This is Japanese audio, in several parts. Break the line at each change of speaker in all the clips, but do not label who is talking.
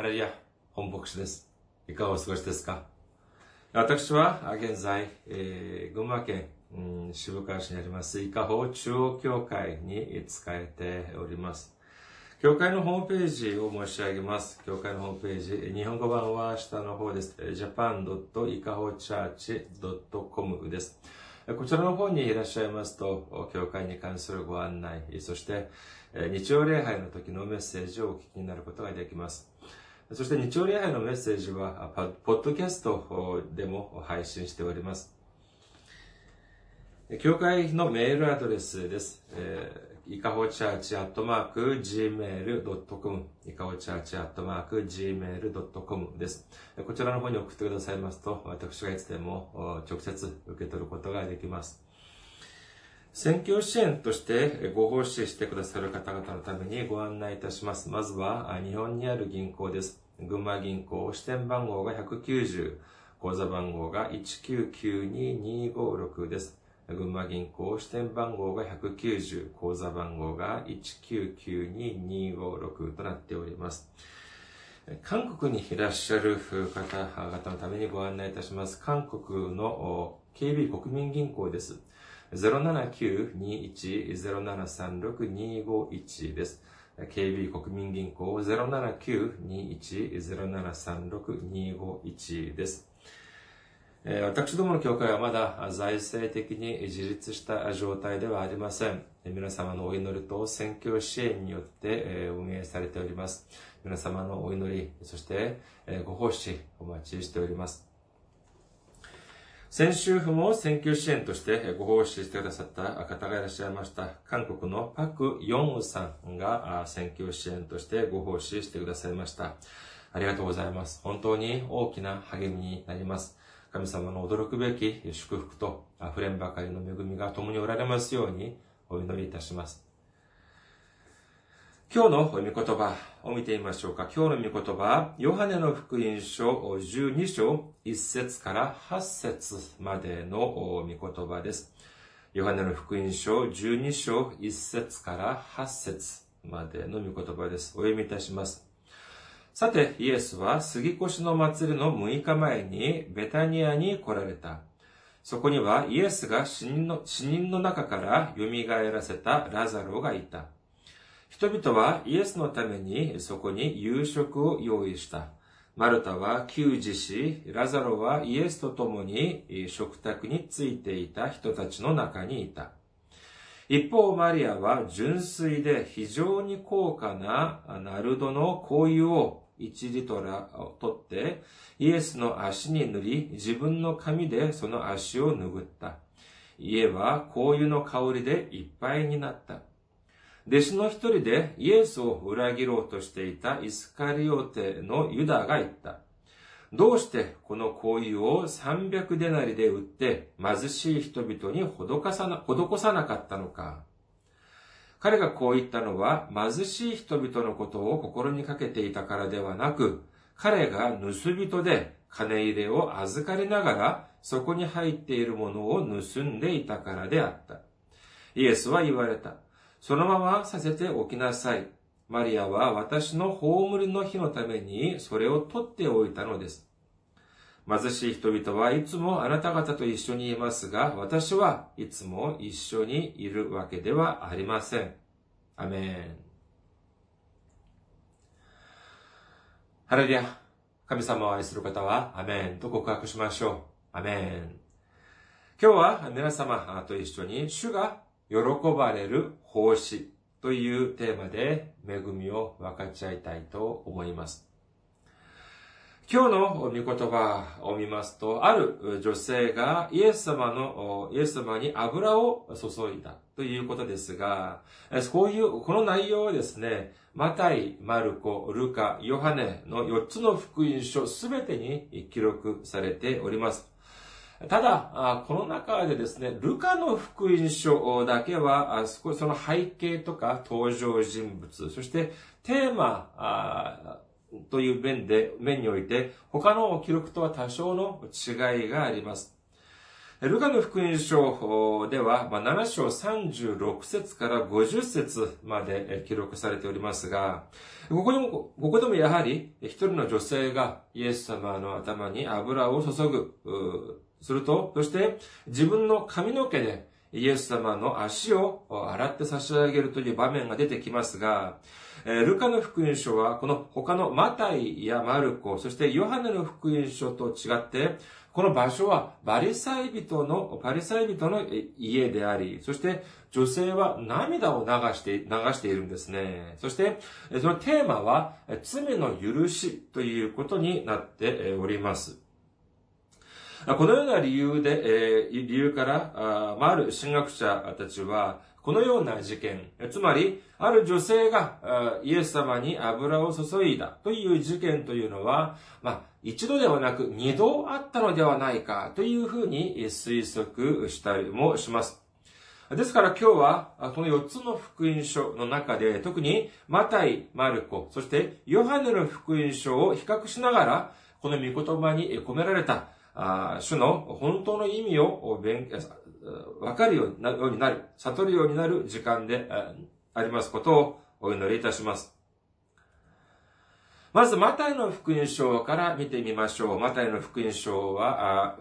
ハレルヤ、本牧師です。いかがお過ごしですか？私は現在、群馬県、渋川市にあります伊香保中央教会に仕えております。教会のホームページを申し上げます。教会のホームページ、日本語版は下の方です。japan.ikahochurch.com です。こちらの方にいらっしゃいますと、教会に関するご案内、そして日曜礼拝の時のメッセージをお聞きになることができます。そして日曜礼拝のメッセージは、ポッドキャストでも配信しております。教会のメールアドレスです。いかほチャーチ@gmail.com いかほチャーチ@gmail.com です。こちらの方に送ってくださいますと、私がいつでも直接受け取ることができます。宣教支援としてご奉仕してくださる方々のためにご案内いたします。まずは日本にある銀行です。群馬銀行、支店番号が190、口座番号が1992256です。群馬銀行、支店番号が190、口座番号が1992256となっております。韓国にいらっしゃる方々のためにご案内いたします。韓国の KB 国民銀行です。079-21-0736-251です。KB 国民銀行 079-21-0736-251です。私どもの教会はまだ財政的に自立した状態ではありません。皆様のお祈りと宣教支援によって運営されております。皆様のお祈り、そしてご奉仕お待ちしております。先週も選挙支援としてご奉仕してくださった方がいらっしゃいました。韓国のパク・ヨンウさんが選挙支援としてご奉仕してくださいました。ありがとうございます。本当に大きな励みになります。神様の驚くべき祝福と溢れんばかりの恵みが共におられますようにお祈りいたします。今日の御言葉を見てみましょうか。今日の御言葉、ヨハネの福音書12章1節から8節までの御言葉です。ヨハネの福音書12章1節から8節までの御言葉です。お読みいたします。さて、イエスは杉越の祭りの6日前にベタニアに来られた。そこにはイエスが死人の中から蘇らせたラザロがいた。人々はイエスのためにそこに夕食を用意した。マルタは給仕し、ラザロはイエスと共に食卓についていた人たちの中にいた。一方、マリアは純粋で非常に高価なナルドの香油を1リトル取って、イエスの足に塗り、自分の髪でその足を拭った。家は香油の香りでいっぱいになった。弟子の一人でイエスを裏切ろうとしていたイスカリオテのユダが言った。どうしてこの香油を300デナリで売って貧しい人々に施さなかったのか。彼がこう言ったのは貧しい人々のことを心にかけていたからではなく、彼が盗人で金入れを預かりながらそこに入っているものを盗んでいたからであった。イエスは言われた。そのままさせておきなさい。マリアは私の葬りの日のためにそれを取っておいたのです。貧しい人々はいつもあなた方と一緒にいますが、私はいつも一緒にいるわけではありません。アメン。ハレルヤ。神様を愛する方はアメンと告白しましょう。アメン。今日は皆様と一緒に主が喜ばれる奉仕というテーマで恵みを分かち合いたいと思います。今日の御言葉を見ますと、ある女性がイエス様に油を注いだということですが、この内容はですね、マタイ、マルコ、ルカ、ヨハネの4つの福音書すべてに記録されております。ただ、この中でですね、ルカの福音書だけは、少しその背景とか登場人物、そしてテーマという面において、他の記録とは多少の違いがあります。 ルカの福音書では、7章36節から50節まで記録されておりますが、ここでもやはり一人の女性がイエス様の頭に油を注ぐ。すると、そして自分の髪の毛でイエス様の足を洗って差し上げるという場面が出てきますが、ルカの福音書はこの他のマタイやマルコ、そしてヨハネの福音書と違って、この場所はパリサイ人の家であり、そして女性は涙を流しているんですね。そしてそのテーマは罪の許しということになっております。このような理由から、ある神学者たちは、このような事件、つまり、ある女性がイエス様に油を注いだという事件というのは、一度ではなく二度あったのではないかというふうに推測したりもします。ですから今日は、この4つの福音書の中で、特にマタイ、マルコ、そしてヨハネの福音書を比較しながら、この御言葉に込められた主の本当の意味をわかるようになる、悟るようになる時間でありますことをお祈りいたします。まず、マタイの福音書から見てみましょう。マタイの福音書は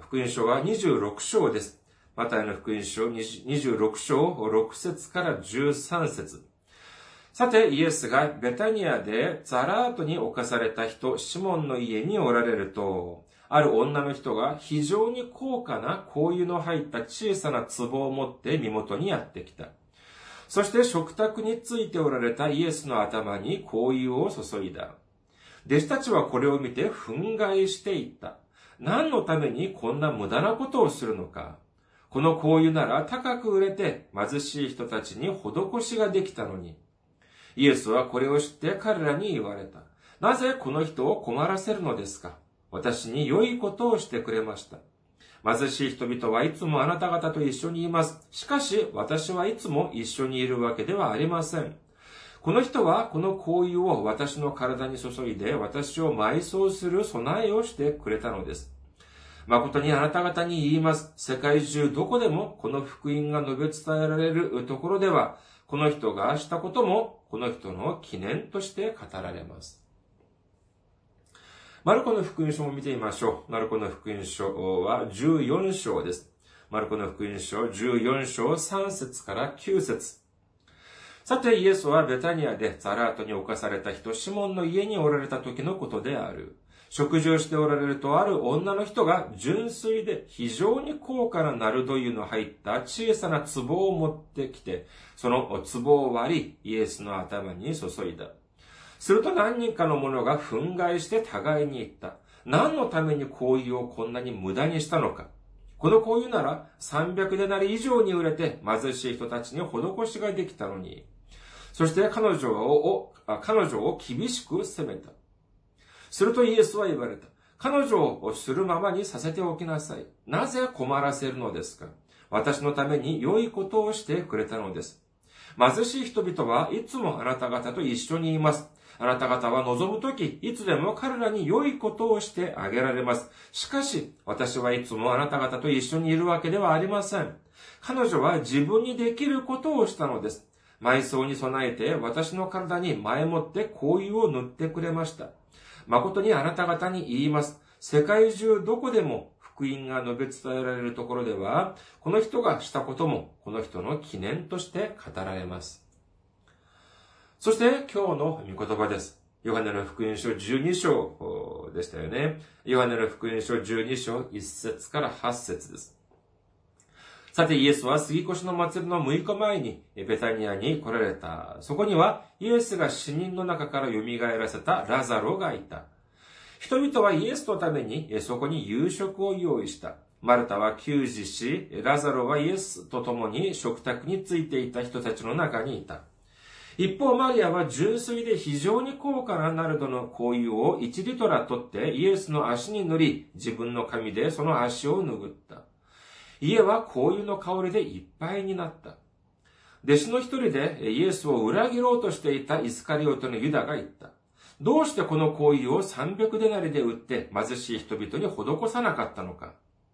26章です。マタイの福音書26章6節から13節。さて、イエスがベタニアでザラートに侵された人、シモンの家におられると、ある女の人が非常に高価な香油の入った小さな壺を持って身元にやってきた。そして食卓についておられたイエスの頭に香油を注いだ。弟子たちはこれを見て憤慨していった。何のためにこんな無駄なことをするのか。この香油なら高く売れて貧しい人たちに施しができたのに。イエスはこれを知って彼らに言われた。なぜこの人を困らせるのですか。私に良いことをしてくれました。貧しい人々はいつもあなた方と一緒にいます。しかし私はいつも一緒にいるわけではありません。この人はこの香油を私の体に注いで私を埋葬する備えをしてくれたのです。誠にあなた方に言います。世界中どこでもこの福音が述べ伝えられるところでは、この人がしたこともこの人の記念として語られます。マルコの福音書も見てみましょう。マルコの福音書は14章です。マルコの福音書14章3節から9節。さてイエスはベタニアでザラートに侵された人シモンの家におられた時のことである。食事をしておられるとある女の人が純粋で非常に高価なナルド油の入った小さな壺を持ってきて、その壺を割りイエスの頭に注いだ。すると何人かの者が憤慨して互いに言った。何のために香油をこんなに無駄にしたのか。この香油なら300デナリ以上に売れて貧しい人たちに施しができたのに。そして彼女を厳しく責めた。するとイエスは言われた。彼女をするままにさせておきなさい。なぜ困らせるのですか。私のために良いことをしてくれたのです。貧しい人々はいつもあなた方と一緒にいます。あなた方は望むとき、いつでも彼らに良いことをしてあげられます。しかし、私はいつもあなた方と一緒にいるわけではありません。彼女は自分にできることをしたのです。埋葬に備えて私の体に前もって香油を塗ってくれました。誠にあなた方に言います。世界中どこでも福音が述べ伝えられるところでは、この人がしたこともこの人の記念として語られます。そして今日の御言葉です。ヨハネの福音書12章でしたよね。ヨハネの福音書12章1節から8節です。さてイエスは杉越の祭りの6日前にベタニアに来られた。そこにはイエスが死人の中から蘇らせたラザロがいた。人々はイエスのためにそこに夕食を用意した。マルタは給仕し、ラザロはイエスと共に食卓についていた人たちの中にいた。一方、マリアは純粋で非常に高価なナルドの香油を1リトラ取ってイエスの足に塗り、自分の髪でその足を拭った。家は香油の香りでいっぱいになった。弟子の一人でイエスを裏切ろうとしていたイスカリオテのユダが言った。どうしてこの香油を300デナリで売って貧しい人々に施さなかったのか。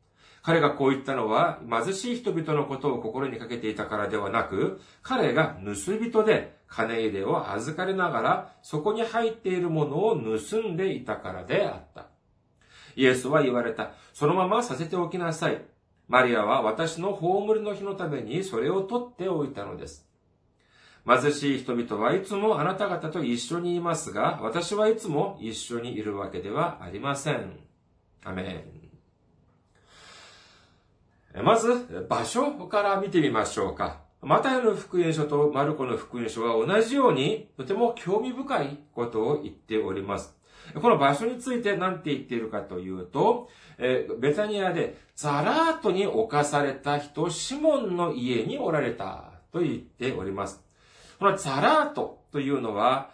彼がこう言ったのは、貧しい人々のことを心にかけていたからではなく、彼が盗人で金入れを預かりながら、そこに入っているものを盗んでいたからであった。イエスは言われた。そのままさせておきなさい。マリアは私の葬りの日のためにそれを取っておいたのです。貧しい人々はいつもあなた方と一緒にいますが、私はいつも一緒にいるわけではありません。アメン。まず、場所から見てみましょうか。マタイの福音書とマルコの福音書は同じように、とても興味深いことを言っております。この場所について何て言っているかというと、ベタニアでザラートに侵された人、シモンの家におられたと言っております。このザラートというのは、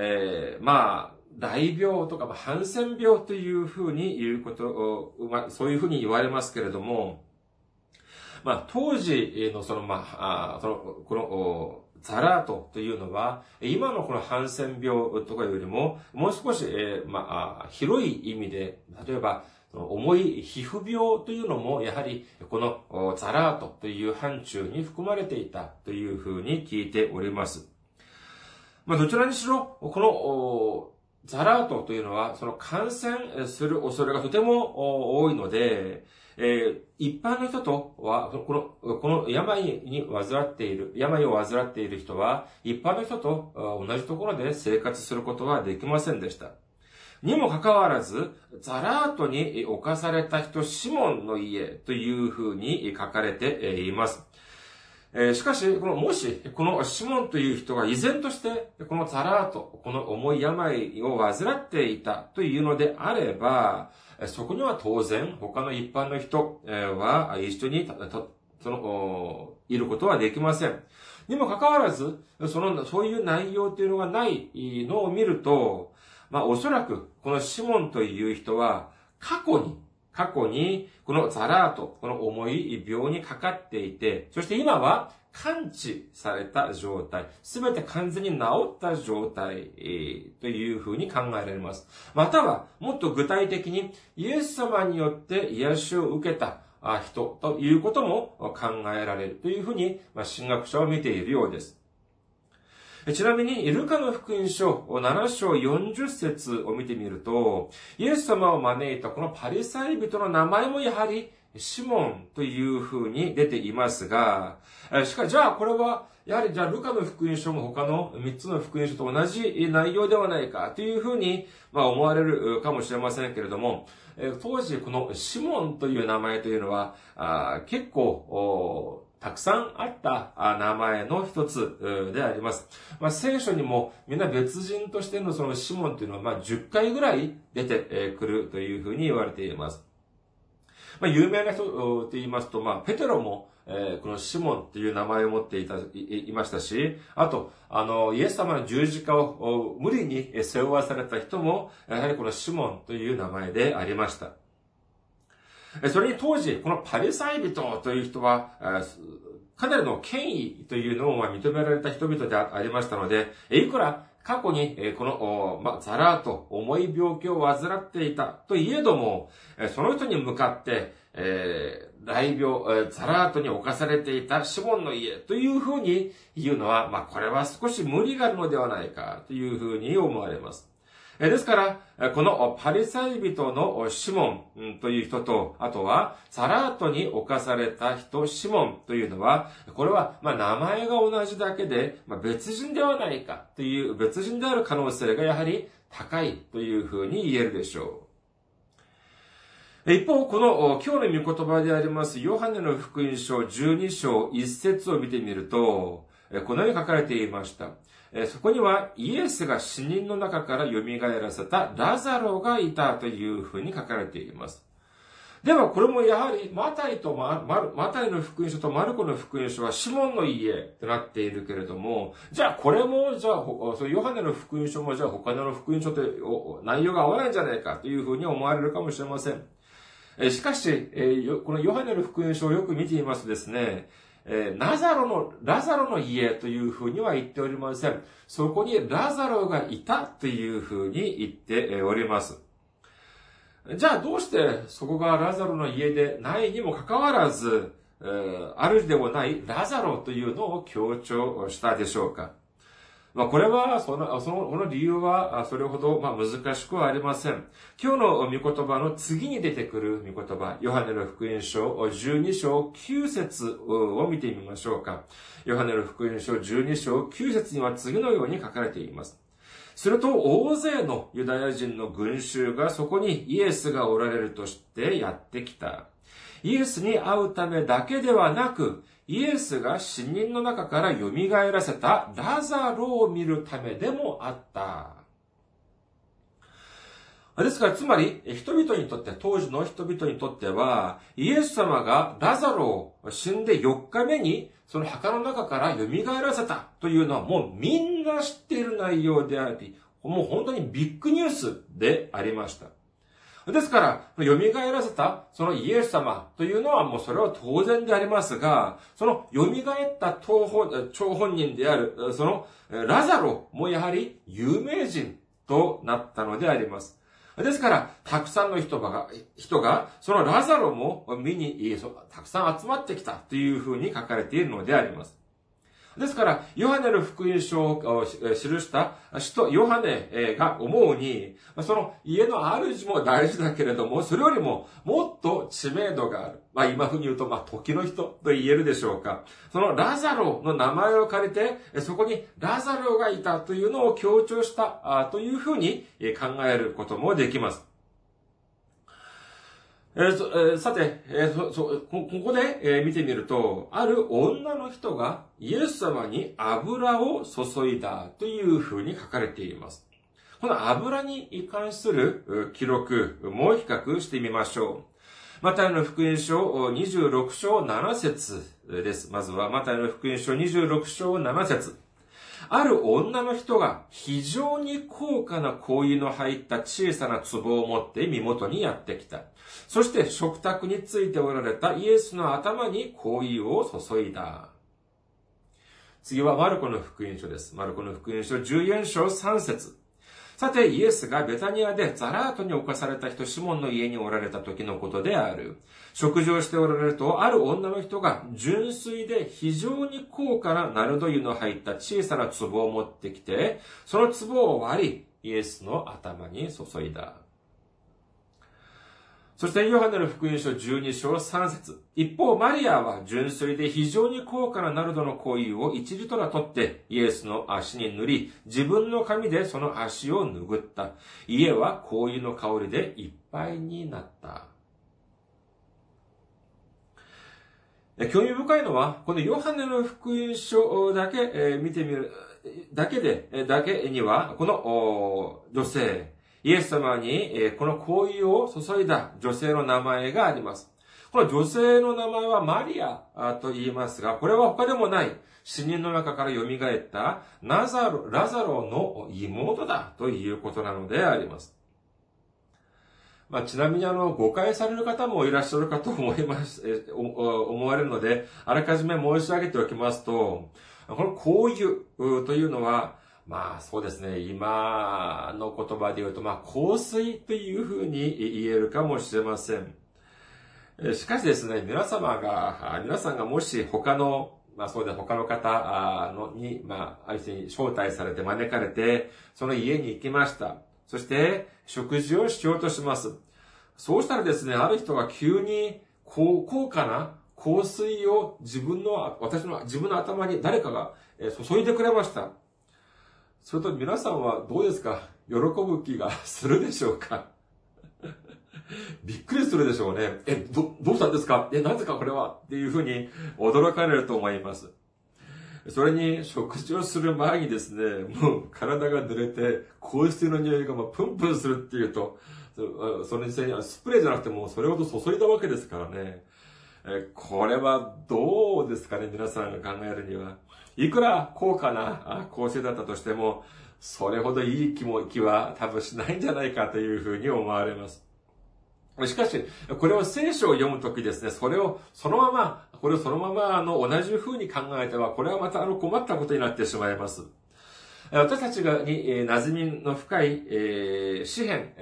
大病とか、ハンセン病というふうに言うことを、そういうふうに言われますけれども、当時のこのザラートというのは、今のこのハンセン病とかよりも、もう少し、広い意味で、例えば、重い皮膚病というのも、やはり、このザラートという範疇に含まれていたというふうに聞いております。どちらにしろ、このザラートというのは、その感染する恐れがとても多いので、一般の人とは、この病を患っている人は、一般の人と同じところで生活することはできませんでした。にもかかわらず、ザラートに侵された人、シモンの家というふうに書かれています。しかし、もし、このシモンという人が依然として、このザラート、この重い病を患っていたというのであれば、そこには当然、他の一般の人は一緒にいることはできません。にもかかわらず、そういう内容というのがないのを見ると、おそらく、このシモンという人は、過去に、このザラート、この重い病にかかっていて、そして今は完治された状態、すべて完全に治った状態、というふうに考えられます。または、もっと具体的に、イエス様によって癒しを受けた人ということも考えられるというふうに、神学者は見ているようです。ちなみに、ルカの福音書7章40節を見てみると、イエス様を招いたこのパリサイ人の名前もやはりシモンという風に出ていますが、じゃあこれは、やはりルカの福音書も他の3つの福音書と同じ内容ではないかという風に思われるかもしれませんけれども、当時このシモンという名前というのは、結構、たくさんあった名前の一つであります。聖書にもみんな別人としてのそのシモンというのは10回ぐらい出てくるというふうに言われています。有名な人と言いますと、ペテロもこのシモンという名前を持っていましたし、あと、イエス様の十字架を無理に背負わされた人も、やはりこのシモンという名前でありました。それに当時、このパリサイ人という人は、かなりの権威というのを認められた人々でありましたので、いくら過去にこのザラート、重い病気を患っていたといえども、その人に向かって、大病、ザラートに侵されていたシモンの家というふうに言うのは、これは少し無理があるのではないかというふうに思われます。ですから、このパリサイ人のシモンという人と、あとはザラートに侵された人、シモンというのは、これは名前が同じだけで、別人ではないかという別人である可能性がやはり高いというふうに言えるでしょう。一方、この今日の御言葉でありますヨハネの福音書12章1節を見てみると、このように書かれていました。そこにはイエスが死人の中から蘇らせたラザロがいたというふうに書かれています。ではこれもやはりマタイの福音書とマルコの福音書はシモンの家となっているけれども、じゃあこれもヨハネの福音書も他の福音書と内容が合わないんじゃないかというふうに思われるかもしれません。しかし、このヨハネの福音書をよく見ていますとですね、ラザロの家というふうには言っておりません。そこにラザロがいたというふうに言っております。 じゃあどうしてそこがラザロの家でないにもかかわらず、主でもないラザロというのを強調したでしょうか。これは、この理由は、それほど、難しくはありません。今日の御言葉の次に出てくる御言葉、ヨハネの福音書12章9節を見てみましょうか。ヨハネの福音書12章9節には次のように書かれています。すると、大勢のユダヤ人の群衆がそこにイエスがおられるとしてやってきた。イエスに会うためだけではなく、イエスが死人の中から蘇らせたラザロを見るためでもあった。ですから、つまり、人々にとって、当時の人々にとっては、イエス様がラザロを死んで4日目に、その墓の中から蘇らせたというのはもうみんな知っている内容であり、もう本当にビッグニュースでありました。ですから、蘇らせたそのイエス様というのはもうそれは当然でありますが、その蘇った張本人である、そのラザロもやはり有名人となったのであります。ですから、たくさんの人が、そのラザロも見に、たくさん集まってきたというふうに書かれているのであります。ですから、ヨハネの福音書を記した使徒ヨハネが思うに、その家の主も大事だけれども、それよりももっと知名度がある。今風に言うと、時の人と言えるでしょうか。そのラザロの名前を借りて、そこにラザロがいたというのを強調したというふうに考えることもできます。さて、ここで見てみると、ある女の人がイエス様に油を注いだというふうに書かれています。この油に関する記録も比較してみましょう。マタイの福音書26章7節です。まずはマタイの福音書26章7節。ある女の人が非常に高価な香油の入った小さな壺を持って身元にやってきた。そして食卓についておられたイエスの頭に香油を注いだ。次はマルコの福音書です。マルコの福音書14章3節。さて、イエスがベタニアでザラートに侵された人シモンの家におられた時のことである。食事をしておられると、ある女の人が純粋で非常に高価なナルド油の入った小さな壺を持ってきて、その壺を割り、イエスの頭に注いだ。そして、ヨハネの福音書12章3節。一方、マリアは純粋で非常に高価なナルドの香油を1リトラ取って、イエスの足に塗り、自分の髪でその足を拭った。家は香油の香りでいっぱいになった。興味深いのは、このヨハネの福音書だけ見てみる、だけには、この女性、イエス様にこの香油を注いだ女性の名前があります。この女性の名前はマリアと言いますが、これは他でもない死人の中から蘇ったラザロの妹だということなのであります。ちなみに誤解される方もいらっしゃるかと思われるので、あらかじめ申し上げておきますと、この香油というのは、そうですね、今の言葉で言うと、香水というふうに言えるかもしれません。しかしですね、皆さんがもし他の方に、ある人に招待されて招かれて、その家に行きました。そして、食事をしようとします。そうしたらですね、ある人が急に高価な香水を自分の頭に誰かが注いでくれました。それと皆さんはどうですか？喜ぶ気がするでしょうか？びっくりするでしょうね。どうしたんですか？なぜかこれはっていうふうに驚かれると思います。それに食事をする前にですね、もう体が濡れて香水の匂いがプンプンするっていうと、それにスプレーじゃなくてもそれほど注いだわけですからね。これはどうですかね、皆さんが考えるには。いくら高価な香水だったとしても、それほどいい気は多分しないんじゃないかというふうに思われます。しかし、これを聖書を読むときですね、それをそのまま同じ風に考えては、これはまた困ったことになってしまいます。 私たちに馴染みの深い詩編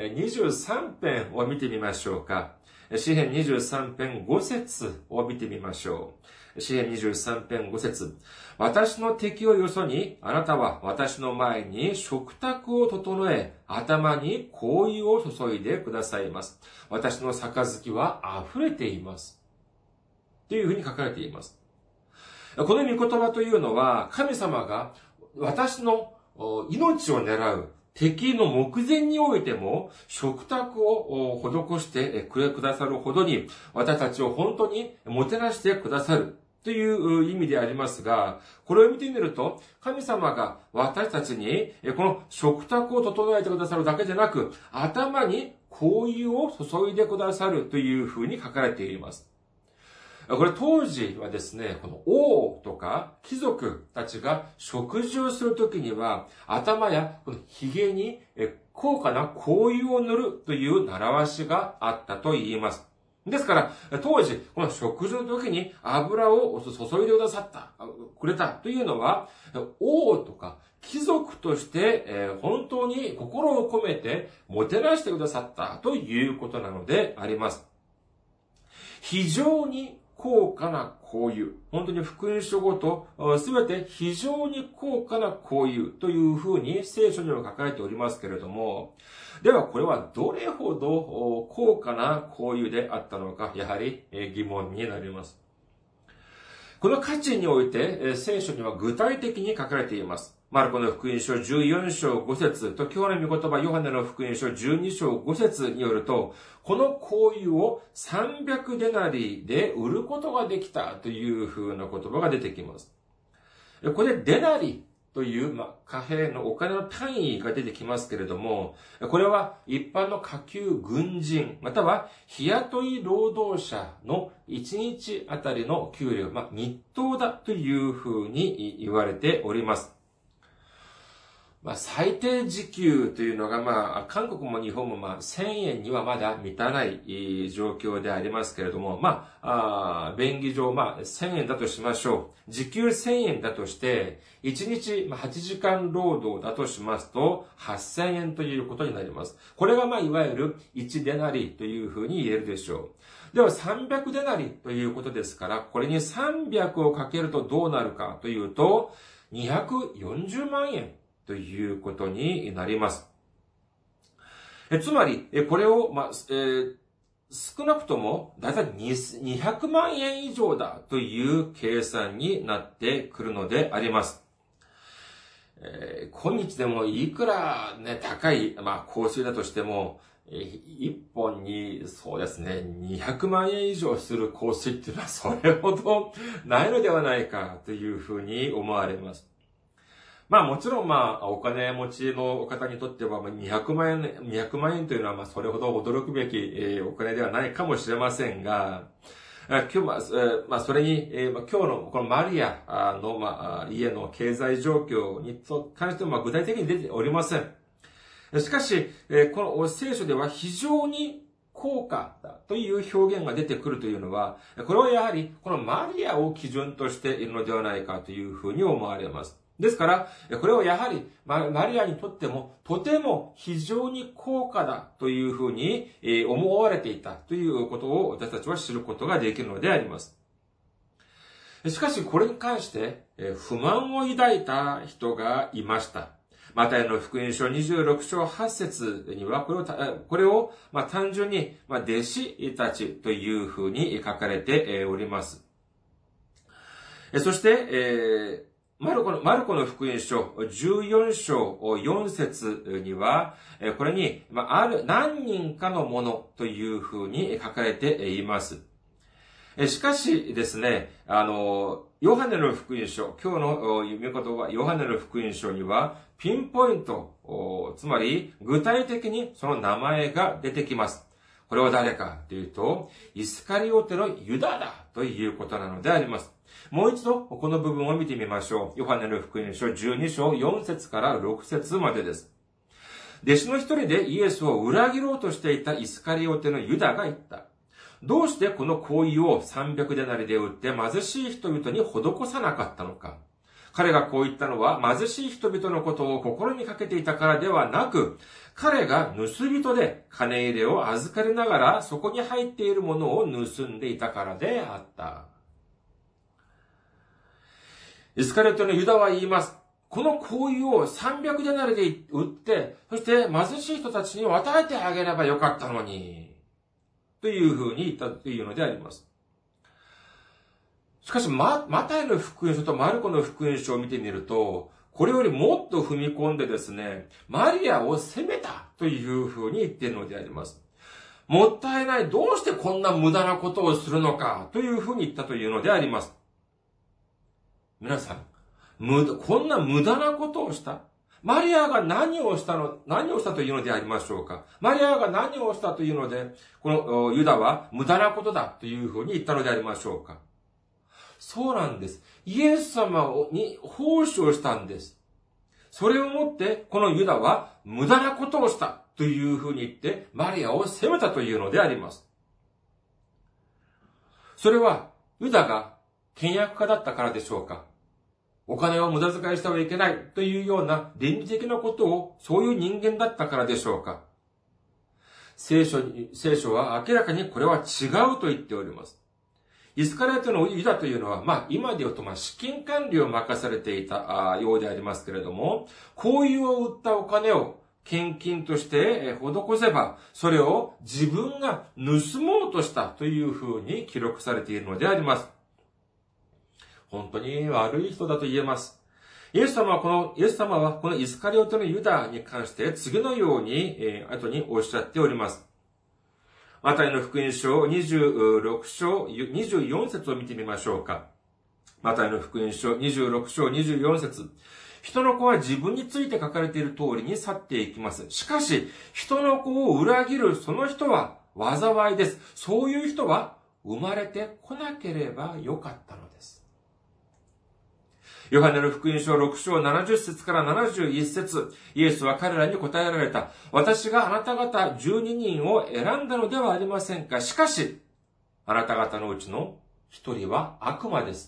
23編を見てみましょうか。詩編23編5節を見てみましょう。詩編23編5節。私の敵をよそに、あなたは私の前に食卓を整え、頭に香油を注いでくださいます。私の杯は溢れています。というふうに書かれています。この御言葉というのは、神様が私の命を狙う敵の目前においても食卓を施してくださるほどに私たちを本当にもてなしてくださるという意味でありますが、これを見てみると神様が私たちにこの食卓を整えてくださるだけでなく、頭に香油を注いでくださるというふうに書かれています。これ当時はですね、この王とか貴族たちが食事をするときには、頭やこの髭に高価な香油を塗るという習わしがあったと言います。ですから、当時、この食事の時に油を注いでくれたというのは、王とか貴族として本当に心を込めてもてなしてくださったということなのであります。非常に高価な香油。本当に福音書ごと、すべて非常に高価な香油というふうに聖書には書かれておりますけれども、ではこれはどれほど高価な香油であったのか、やはり疑問になります。この価値において聖書には具体的に書かれています。マルコの福音書14章5節と今日の御言葉ヨハネの福音書12章5節によると、この香油を300デナリで売ることができたという風な言葉が出てきます。これデナリという、貨幣のお金の単位が出てきますけれども、これは一般の下級軍人、または日雇い労働者の1日あたりの給料、日当だという風に言われております。最低時給というのが、韓国も日本も1000円にはまだ満たない状況でありますけれども、便宜上1000円だとしましょう。時給1000円だとして、1日8時間労働だとしますと、8000円ということになります。これがいわゆる1デナリというふうに言えるでしょう。では300デナリということですから、これに300をかけるとどうなるかというと、240万円。ということになります。つまり、これを、少なくとも、だいたい200万円以上だという計算になってくるのであります。今日でもいくらね、高い、香水だとしても、1本に、そうですね、200万円以上する香水っていうのはそれほどないのではないかというふうに思われます。もちろんお金持ちの方にとっては200万円というのはそれほど驚くべきお金ではないかもしれませんが、今日それに今日のこのマリアの家の経済状況に関しても具体的に出ておりません。しかし、この聖書では非常に高価だという表現が出てくるというのは、これはやはりこのマリアを基準としているのではないかというふうに思われます。ですから、これはやはりマリアにとってもとても非常に高価だというふうに思われていたということを私たちは知ることができるのであります。しかしこれに関して不満を抱いた人がいました。マタイの福音書26章8節にはこれを単純に弟子たちというふうに書かれております。そして、マルコの福音書14章4節には、これに、何人かのものというふうに書かれています。しかしですね、ヨハネの福音書、今日の読み言葉、ヨハネの福音書には、ピンポイント、つまり具体的にその名前が出てきます。これは誰かというと、イスカリオテのユダだということなのであります。もう一度この部分を見てみましょう。ヨハネの福音書12章4節から6節までです。弟子の一人でイエスを裏切ろうとしていたイスカリオテのユダが言った。どうしてこの香油を300デナリで売って貧しい人々に施さなかったのか。 彼がこう言ったのは貧しい人々のことを心にかけていたからではなく、彼が盗人で金入れを預かりながらそこに入っているものを盗んでいたからであった。イスカリオテのユダは言います。この香油を300デナリで売って、そして貧しい人たちに与えてあげればよかったのに、というふうに言ったというのであります。しかし、マタイの福音書とマルコの福音書を見てみると、これよりもっと踏み込んでですね、マリアを責めたというふうに言っているのであります。もったいない、どうしてこんな無駄なことをするのかというふうに言ったというのであります。皆さん、こんな無駄なことをした。マリアが何をしたというのでありましょうか。マリアが何をしたというので、このユダは無駄なことだというふうに言ったのでありましょうか。そうなんです。イエス様に奉仕をしたんです。それをもって、このユダは無駄なことをしたというふうに言って、マリアを責めたというのであります。それは、ユダが倹約家だったからでしょうか。お金を無駄遣いしてはいけないというような倫理的なことを、そういう人間だったからでしょうか。聖書は明らかにこれは違うと言っております。イスカリオテのユダというのは、今で言うと、資金管理を任されていたようでありますけれども、香油を売ったお金を献金として施せば、それを自分が盗もうとしたというふうに記録されているのであります。本当に悪い人だと言えます。イエス様はこのイスカリオテのユダに関して次のように、後におっしゃっております。マタイの福音書26章24節を見てみましょうか。マタイの福音書26章24節。人の子は自分について書かれている通りに去っていきます。しかし、人の子を裏切るその人は災いです。そういう人は生まれてこなければよかったのです。ヨハネの福音書6章70節から71節、イエスは彼らに答えられた。私があなた方12人を選んだのではありませんか。しかし、あなた方のうちの一人は悪魔です。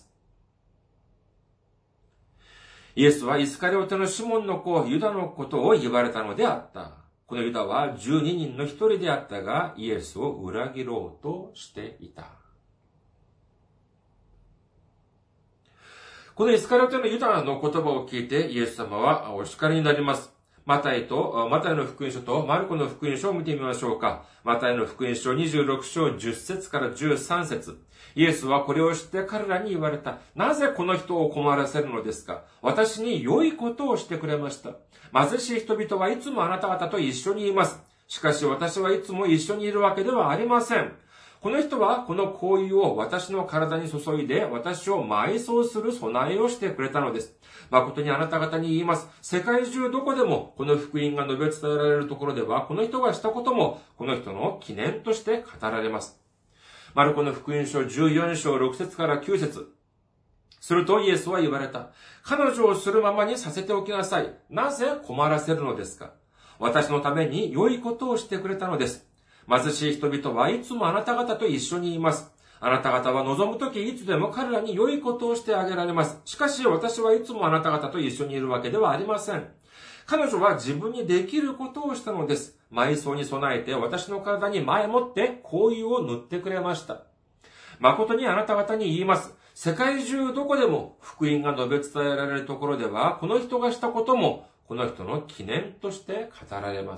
イエスはイスカリオテのシモンの子、ユダのことを言われたのであった。このユダは12人の一人であったが、イエスを裏切ろうとしていた。このイスカリオテのユダの言葉を聞いてイエス様はお叱りになります。マタイの福音書とマルコの福音書を見てみましょうか。マタイの福音書26章10節から13節。イエスはこれを知って彼らに言われた。なぜこの人を困らせるのですか。私に良いことをしてくれました。貧しい人々はいつもあなた方と一緒にいます。しかし私はいつも一緒にいるわけではありません。この人はこの香油を私の体に注いで私を埋葬する備えをしてくれたのです。誠にあなた方に言います。世界中どこでもこの福音が述べ伝えられるところではこの人がしたこともこの人の記念として語られます。マルコの福音書14章6節から9節。するとイエスは言われた。彼女をするままにさせておきなさい。なぜ困らせるのですか。私のために良いことをしてくれたのです。貧しい人々はいつもあなた方と一緒にいます。あなた方は望むときいつでも彼らに良いことをしてあげられます。しかし私はいつもあなた方と一緒にいるわけではありません。彼女は自分にできることをしたのです。埋葬に備えて私の体に前もって香油を塗ってくれました。誠にあなた方に言います。世界中どこでも福音が述べ伝えられるところでは、この人がしたこともこの人の記念として語られます。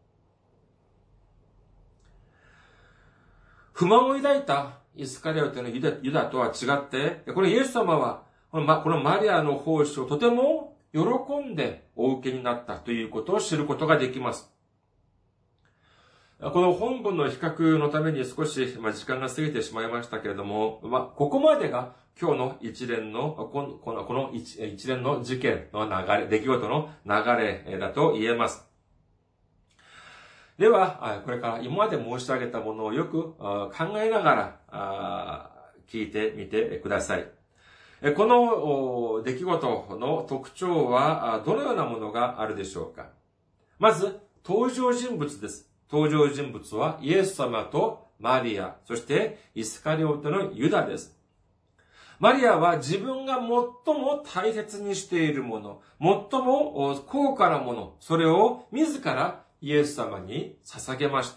不満を抱いたイスカリオテのユダとは違って、このイエス様は、このマリアの奉仕をとても喜んでお受けになったということを知ることができます。この本文の比較のために少し時間が過ぎてしまいましたけれども、ここまでが今日の一連の事件の流れ、出来事の流れだと言えます。では、これから今まで申し上げたものをよく考えながら聞いてみてください。この出来事の特徴はどのようなものがあるでしょうか。まず、登場人物です。登場人物はイエス様とマリア、そしてイスカリオテのユダです。 マリアは自分が最も大切にしているもの、最も高価なもの、それを自らイエス様に捧げました。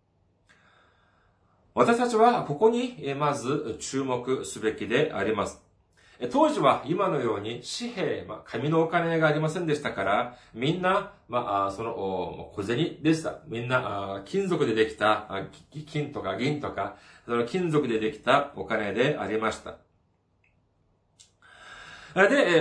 私たちはここにまず注目すべきであります。当時は今のように紙幣、紙のお金がありませんでしたから、みんな、その小銭でした。みんな金属でできた、金とか銀とか、その金属でできたお金でありました。で、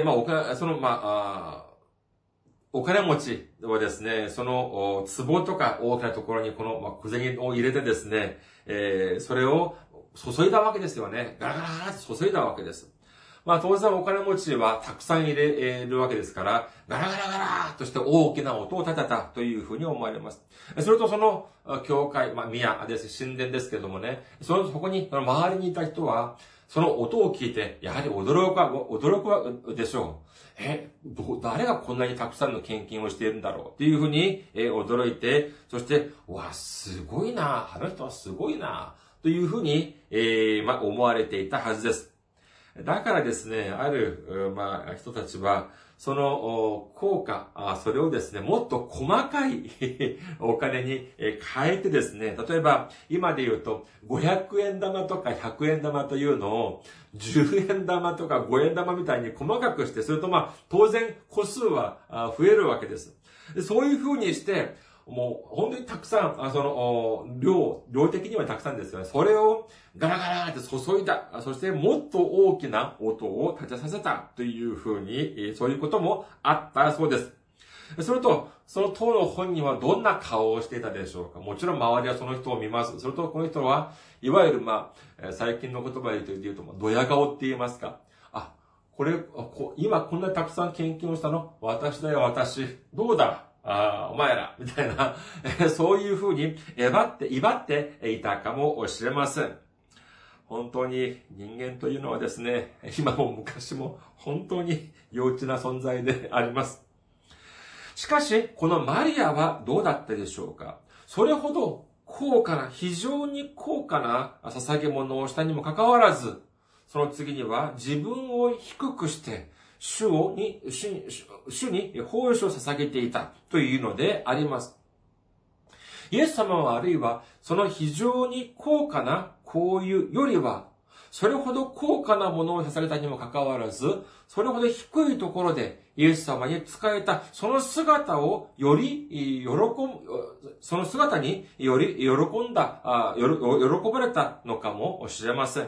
お金持ちはですね、その、壺とか大きなところにこの、小銭を入れてですね、それを注いだわけですよね。ガラガラガラって注いだわけです。当然お金持ちはたくさん入れるわけですから、ガラガラガラーとして大きな音を立てたというふうに思われます。それとその、教会、宮です、神殿ですけどもね、そこに、周りにいた人は、その音を聞いて、やはり驚くでしょう。誰がこんなにたくさんの献金をしているんだろうっていうふうに、驚いて、そして、すごいな、あの人はすごいな、というふうに、思われていたはずです。だからですね、ある、人たちは、その効果、それをですね、もっと細かいお金に変えてですね、例えば、今で言うと、500円玉とか100円玉というのを、10円玉とか5円玉みたいに細かくして、それと当然個数は増えるわけです。そういう風にして、もう本当にたくさん、量的にはたくさんですよね。それをガラガラって注いだ。そしてもっと大きな音を立てさせたというふうに、そういうこともあったそうです。それと、その当の本人はどんな顔をしていたでしょうか。もちろん周りはその人を見ます。それとこの人は、いわゆる最近の言葉で言うと、ドヤ顔って言いますか。今こんなにたくさん献金をしたの？私だよ、私。どうだ？お前ら、みたいな、そういうふうに威張っていたかもしれません。本当に人間というのはですね、今も昔も本当に幼稚な存在であります。しかし、このマリアはどうだったでしょうか？それほど非常に高価な捧げ物をしたにもかかわらず、その次には自分を低くして、主に奉仕を捧げていたというのであります。イエス様はあるいはその非常に高価な香油よりは、それほど高価なものを捧げたにもかかわらず、それほど低いところでイエス様に仕えたその姿により喜ばれたのかもしれません。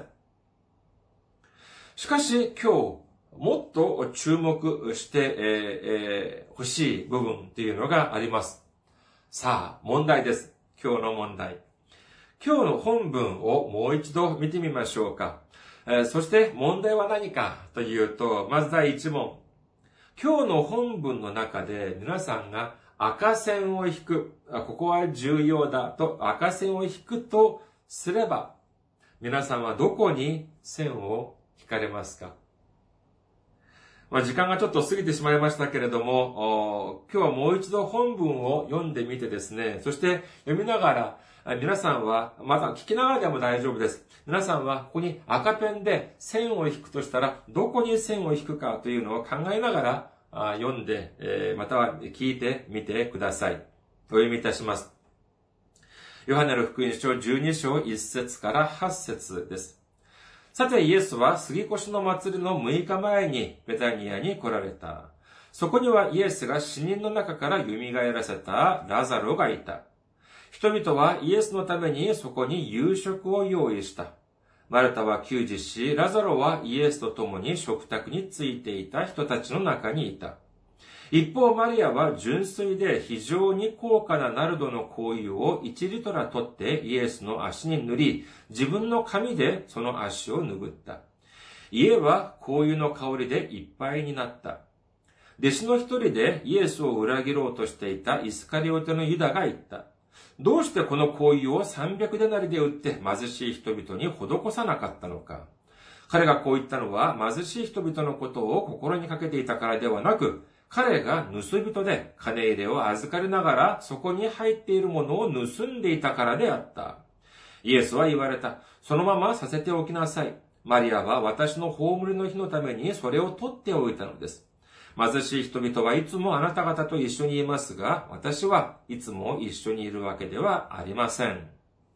しかし今日、もっと注目してほしい部分っていうのがあります。さあ、問題です。今日の問題。今日の本文をもう一度見てみましょうか。そして問題は何かというと、まず第一問。今日の本文の中で皆さんが赤線を引く、ここは重要だと赤線を引くとすれば、皆さんはどこに線を引かれますか？時間がちょっと過ぎてしまいましたけれども、今日はもう一度本文を読んでみてですね、そして読みながら、皆さんは、また聞きながらでも大丈夫です。皆さんはここに赤ペンで線を引くとしたら、どこに線を引くかというのを考えながら読んで、または聞いてみてください。お読みいたします。ヨハネの福音書12章1節から8節です。さてイエスは杉越の祭りの6日前にベタニアに来られた。そこにはイエスが死人の中から蘇らせたラザロがいた。人々はイエスのためにそこに夕食を用意した。マルタは給仕し、ラザロはイエスと共に食卓についていた人たちの中にいた。一方、マリアは純粋で非常に高価なナルドの香油を1リトラ取ってイエスの足に塗り、自分の髪でその足を拭った。家は香油の香りでいっぱいになった。弟子の一人でイエスを裏切ろうとしていたイスカリオテのユダが言った。どうしてこの香油を300デナリで売って貧しい人々に施さなかったのか。彼がこう言ったのは貧しい人々のことを心にかけていたからではなく、彼が盗人で金入れを預かりながらそこに入っているものを盗んでいたからであった。イエスは言われた。そのままさせておきなさい。 マリアは私の葬りの日のためにそれを取っておいたのです。貧しい人々はいつもあなた方と一緒にいますが、私はいつも一緒にいるわけではありません。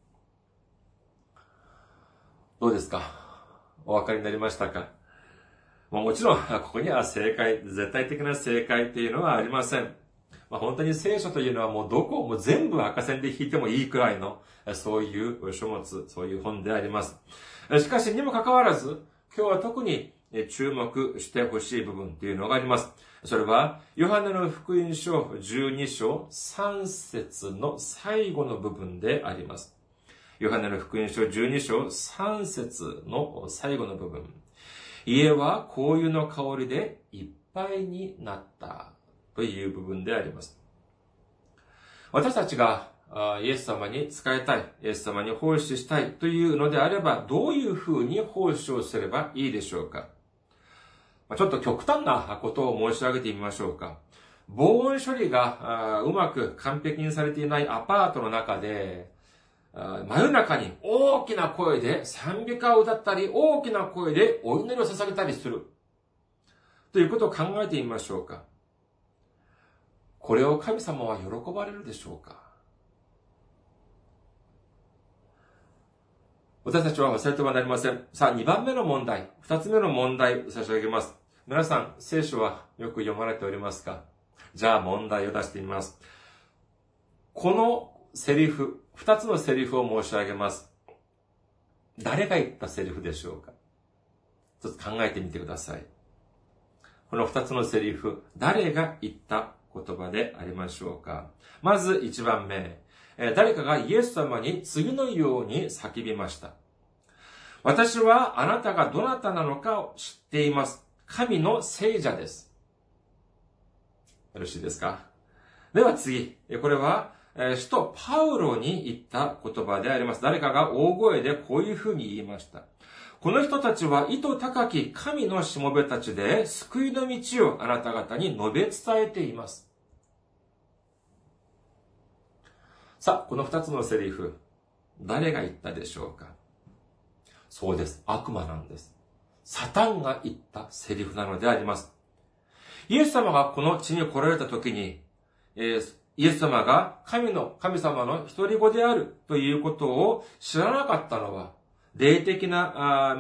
どうですか？お分かりになりましたか？もちろん、ここには絶対的な正解というのはありません。本当に聖書というのはもう全部赤線で引いてもいいくらいの、そういう書物、そういう本であります。しかし、にもかかわらず、今日は特に注目してほしい部分というのがあります。それは、ヨハネの福音書12章3節の最後の部分であります。ヨハネの福音書12章3節の最後の部分。家は香油の香りでいっぱいになったという部分であります。私たちがイエス様に仕えたい、イエス様に奉仕したいというのであれば、どういうふうに奉仕をすればいいでしょうか？ちょっと極端なことを申し上げてみましょうか。防音処理がうまく完璧にされていないアパートの中で、真夜中に大きな声で賛美歌を歌ったり、大きな声でお祈りを捧げたりする。ということを考えてみましょうか。これを神様は喜ばれるでしょうか？私たちは忘れてはなりません。さあ、2番目の問題、2つ目の問題を差し上げます。皆さん、聖書はよく読まれておりますか？じゃあ問題を出してみます。このセリフ、2つのセリフを申し上げます。誰が言ったセリフでしょうか？ちょっと考えてみてください。この2つのセリフ、誰が言った言葉でありましょうか？まず1番目、誰かがイエス様に次のように叫びました。私はあなたがどなたなのかを知っています。神の聖者です。よろしいですか？では次、これは使徒パウロに言った言葉であります。誰かが大声でこういうふうに言いました。この人たちは意図高き神のしもべたちで救いの道をあなた方に述べ伝えています。さあ、この2つのセリフ、誰が言ったでしょうか？そうです。悪魔なんです。サタンが言ったセリフなのであります。イエス様がこの地に来られた時に、イエス様が神様の一人子であるということを知らなかったのは、霊的な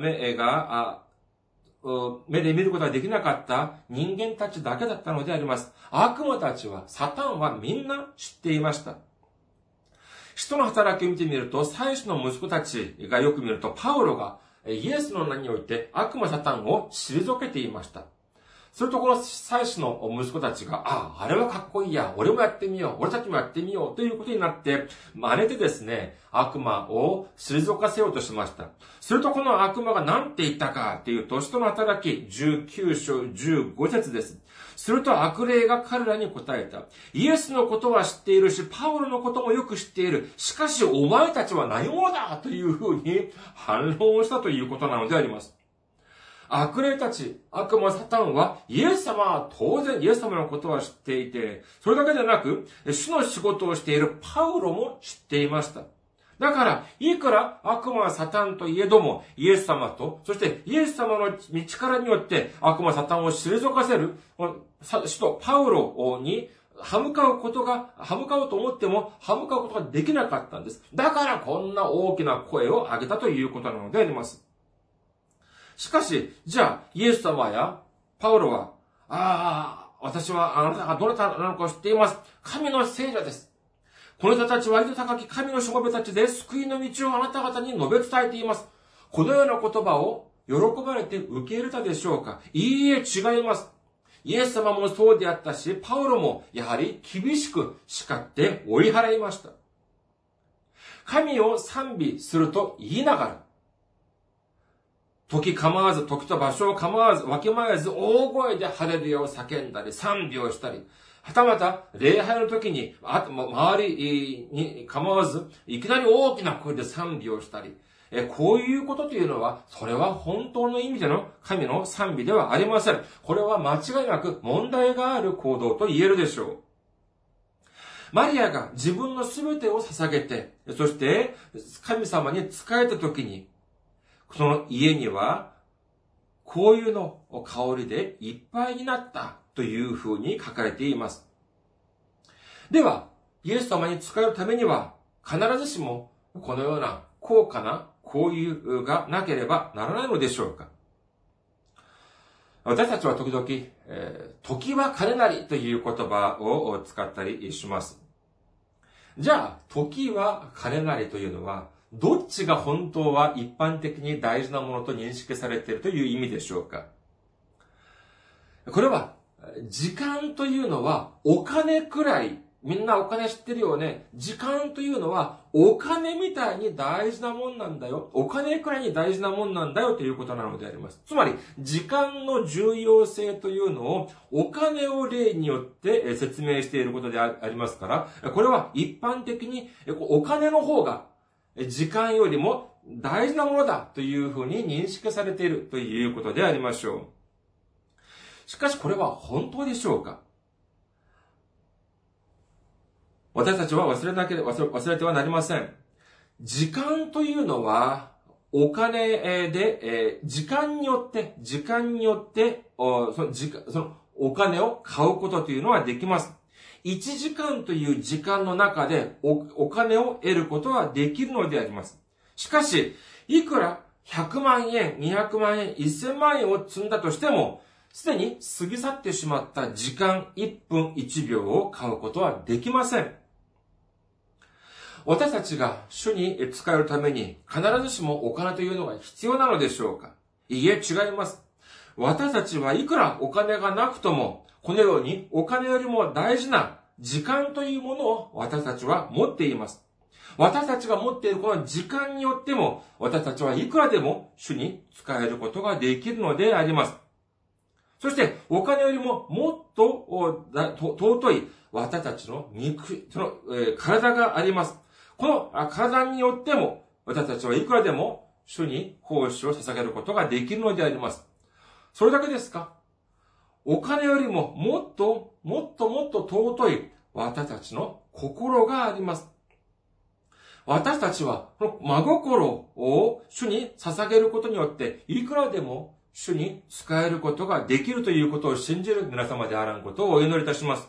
目で見ることができなかった人間たちだけだったのであります。悪魔たちは、サタンはみんな知っていました。使徒の働きを見てみると、祭司の息子たちがよく見ると、パウロがイエスの名において悪魔サタンを退けていました。するとこの祭司の息子たちが、あれはかっこいいや、俺もやってみよう、俺たちもやってみようということになって、真似てですね、悪魔を退かせようとしました。するとこの悪魔が何て言ったかというと、使徒の働き19章15節です。すると悪霊が彼らに答えた。イエスのことは知っているし、パウロのこともよく知っている。しかしお前たちは何者だというふうに反論をしたということなのであります。悪霊たち、悪魔サタンは、イエス様は当然イエス様のことは知っていて、それだけでなく、主の仕事をしているパウロも知っていました。だから、いくら悪魔サタンといえども、イエス様と、そしてイエス様の道からによって悪魔サタンを退かせる、使徒パウロに歯向かうと思っても、歯向かうことができなかったんです。だからこんな大きな声を上げたということなのであります。しかし、じゃあ、イエス様やパウロは、私はあなたがどなたなのかを知っています。神の聖者です。この人たちは意図高き神のしもべたちで救いの道をあなた方に述べ伝えています。このような言葉を喜ばれて受け入れたでしょうか？いいえ、違います。イエス様もそうであったし、パウロもやはり厳しく叱って追い払いました。神を賛美すると言いながら、時構わず、時と場所を構わず、わきまえず、大声でハレルヤを叫んだり、賛美をしたり、はたまた、礼拝の時に、周りに構わず、いきなり大きな声で賛美をしたり、こういうことというのは、それは本当の意味での神の賛美ではありません。これは間違いなく問題がある行動と言えるでしょう。マリアが自分のすべてを捧げて、そして神様に仕えた時に、 その家には、香油の香りでいっぱいになったというふうに書かれています。では、イエス様に仕えるためには、必ずしもこのような高価な香油がなければならないのでしょうか。私たちは時々、時は金なりという言葉を使ったりします。じゃあ、時は金なりというのは、どっちが本当は一般的に大事なものと認識されているという意味でしょうか。これは、時間というのはお金くらい、みんなお金知ってるよね。時間というのはお金みたいに大事なもんなんだよ。お金くらいに大事なもんなんだよということなのであります。つまり、時間の重要性というのをお金を例によって説明していることでありますから、これは一般的にお金の方が時間よりも大事なものだというふうに認識されているということでありましょう。しかしこれは本当でしょうか？私たちは忘れてはなりません。時間というのは、お金で、時間によって、そのお金を買うことというのはできます。1時間という時間の中でお金を得ることはできるのであります。しかし、いくら100万円、200万円、1000万円を積んだとしても、すでに過ぎ去ってしまった時間1分1秒を買うことはできません。私たちが主に使えるために必ずしもお金というのが必要なのでしょうか？いいえ、違います。私たちはいくらお金がなくとも、このようにお金よりも大事な時間というものを私たちは持っています。私たちが持っているこの時間によっても、私たちはいくらでも主に使えることができるのであります。そして、お金よりももっと尊い私たちの体があります。この体によっても、私たちはいくらでも主に奉仕を捧げることができるのであります。それだけですか？お金よりももっと尊い私たちの心があります。私たちは、この真心を主に捧げることによって、いくらでも主に使えることができるということを信じる皆様であらんことをお祈りいたします。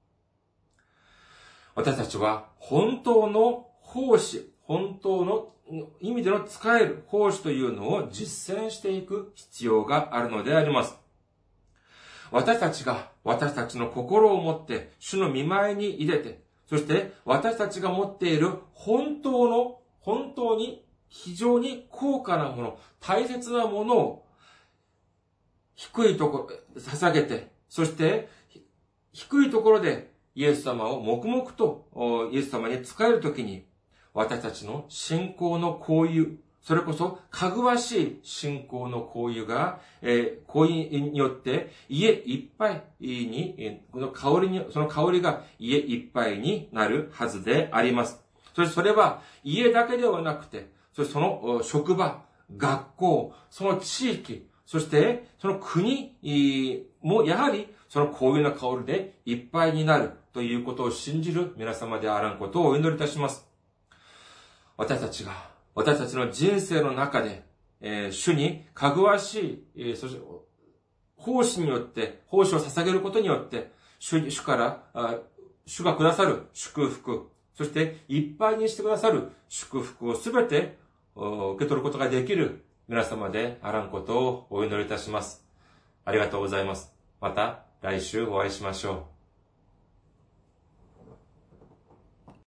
私たちは本当の奉仕、本当の意味での使える奉仕というのを実践していく必要があるのであります。私たちが私たちの心を持って主の御前に入れて、そして私たちが持っている本当に非常に高価なもの、大切なものを低いところ、捧げて、そして低いところでイエス様を黙々とイエス様に仕えるときに、私たちの信仰の香油、それこそかぐわしい信仰の香油が、香油によって家いっぱいに、その香りが家いっぱいになるはずであります。そしてそれは家だけではなくて、その職場、学校、その地域、そしてその国もやはりその香油の香りでいっぱいになるということを信じる皆様であらんことをお祈りいたします。私たちの人生の中で、主にかぐわしい、そして奉仕を捧げることによって、主がくださる祝福、そしていっぱいにしてくださる祝福をすべて受け取ることができる皆様であらんことをお祈りいたします。ありがとうございます。また来週お会いしましょう。